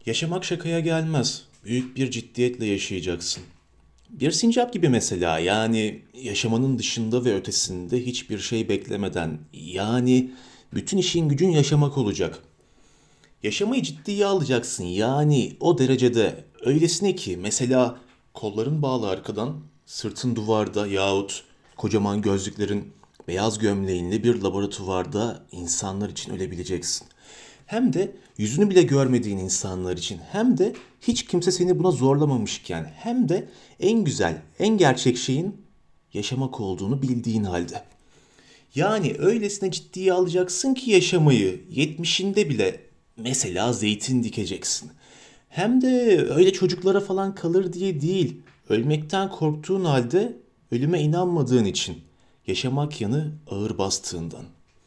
Yaşamak şakaya gelmez. Büyük bir ciddiyetle yaşayacaksın. Bir sincap gibi mesela, yani yaşamanın dışında ve ötesinde hiçbir şey beklemeden, yani bütün işin gücün yaşamak olacak. Yaşamayı ciddiye alacaksın, yani o derecede öylesine ki mesela kolların bağlı arkadan, sırtın duvarda yahut kocaman gözlüklerin beyaz gömleğinle bir laboratuvarda insanlar için ölebileceksin. Hem de yüzünü bile görmediğin insanlar için, hem de hiç kimse seni buna zorlamamışken, hem de en güzel, en gerçek şeyin yaşamak olduğunu bildiğin halde. Yani öylesine ciddiye alacaksın ki yaşamayı, 70'inde bile mesela zeytin dikeceksin. Hem de öyle çocuklara falan kalır diye değil, ölmekten korktuğun halde ölüme inanmadığın için, yaşamak yanı ağır bastığından.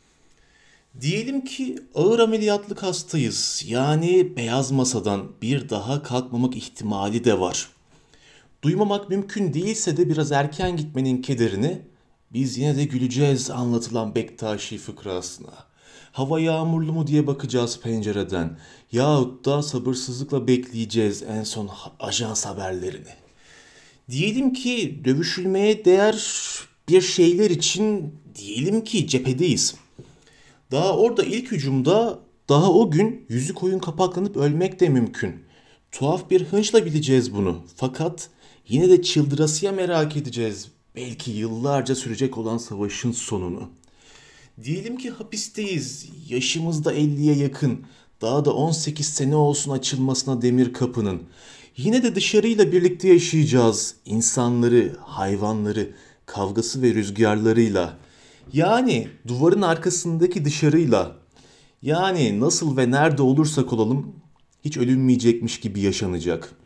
Diyelim ki ağır ameliyatlık hastayız. Yani beyaz masadan bir daha kalkmamak ihtimali de var. Duymamak mümkün değilse de biraz erken gitmenin kederini biz yine de güleceğiz anlatılan Bektaşi fıkrasına. Hava yağmurlu mu diye bakacağız pencereden. Yahut da sabırsızlıkla bekleyeceğiz en son ajans haberlerini. Diyelim ki dövüşülmeye değer bir şeyler için diyelim ki cephedeyiz. Daha orada ilk hücumda daha o gün yüzü koyun kapaklanıp ölmek de mümkün. Tuhaf bir hınçla bileceğiz bunu. Fakat yine de çıldırasıya merak edeceğiz. Belki yıllarca sürecek olan savaşın sonunu. Diyelim ki hapisteyiz. Yaşımız da 50'ye yakın. Daha da 18 sene olsun açılmasına demir kapının. Yine de dışarıyla birlikte yaşayacağız. İnsanları, hayvanları, kavgası ve rüzgarlarıyla. Yani duvarın arkasındaki dışarıyla. Yani nasıl ve nerede olursak olalım hiç ölünmeyecekmiş gibi yaşanacak.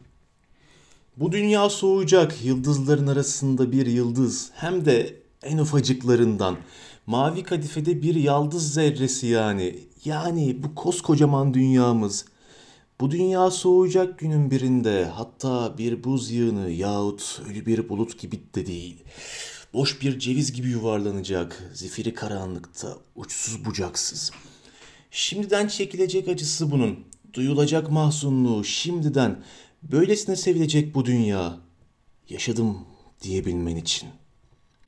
Bu dünya soğuyacak, yıldızların arasında bir yıldız, hem de en ufacıklarından. Mavi kadifede bir yaldız zerresi yani. Yani bu koskocaman dünyamız. Bu dünya soğuyacak günün birinde, hatta bir buz yığını yahut ölü bir bulut gibi de değil. Boş bir ceviz gibi yuvarlanacak, zifiri karanlıkta, uçsuz bucaksız. Şimdiden çekilecek acısı bunun, duyulacak mahzunluğu şimdiden, böylesine sevilecek bu dünya. Yaşadım diyebilmen için.''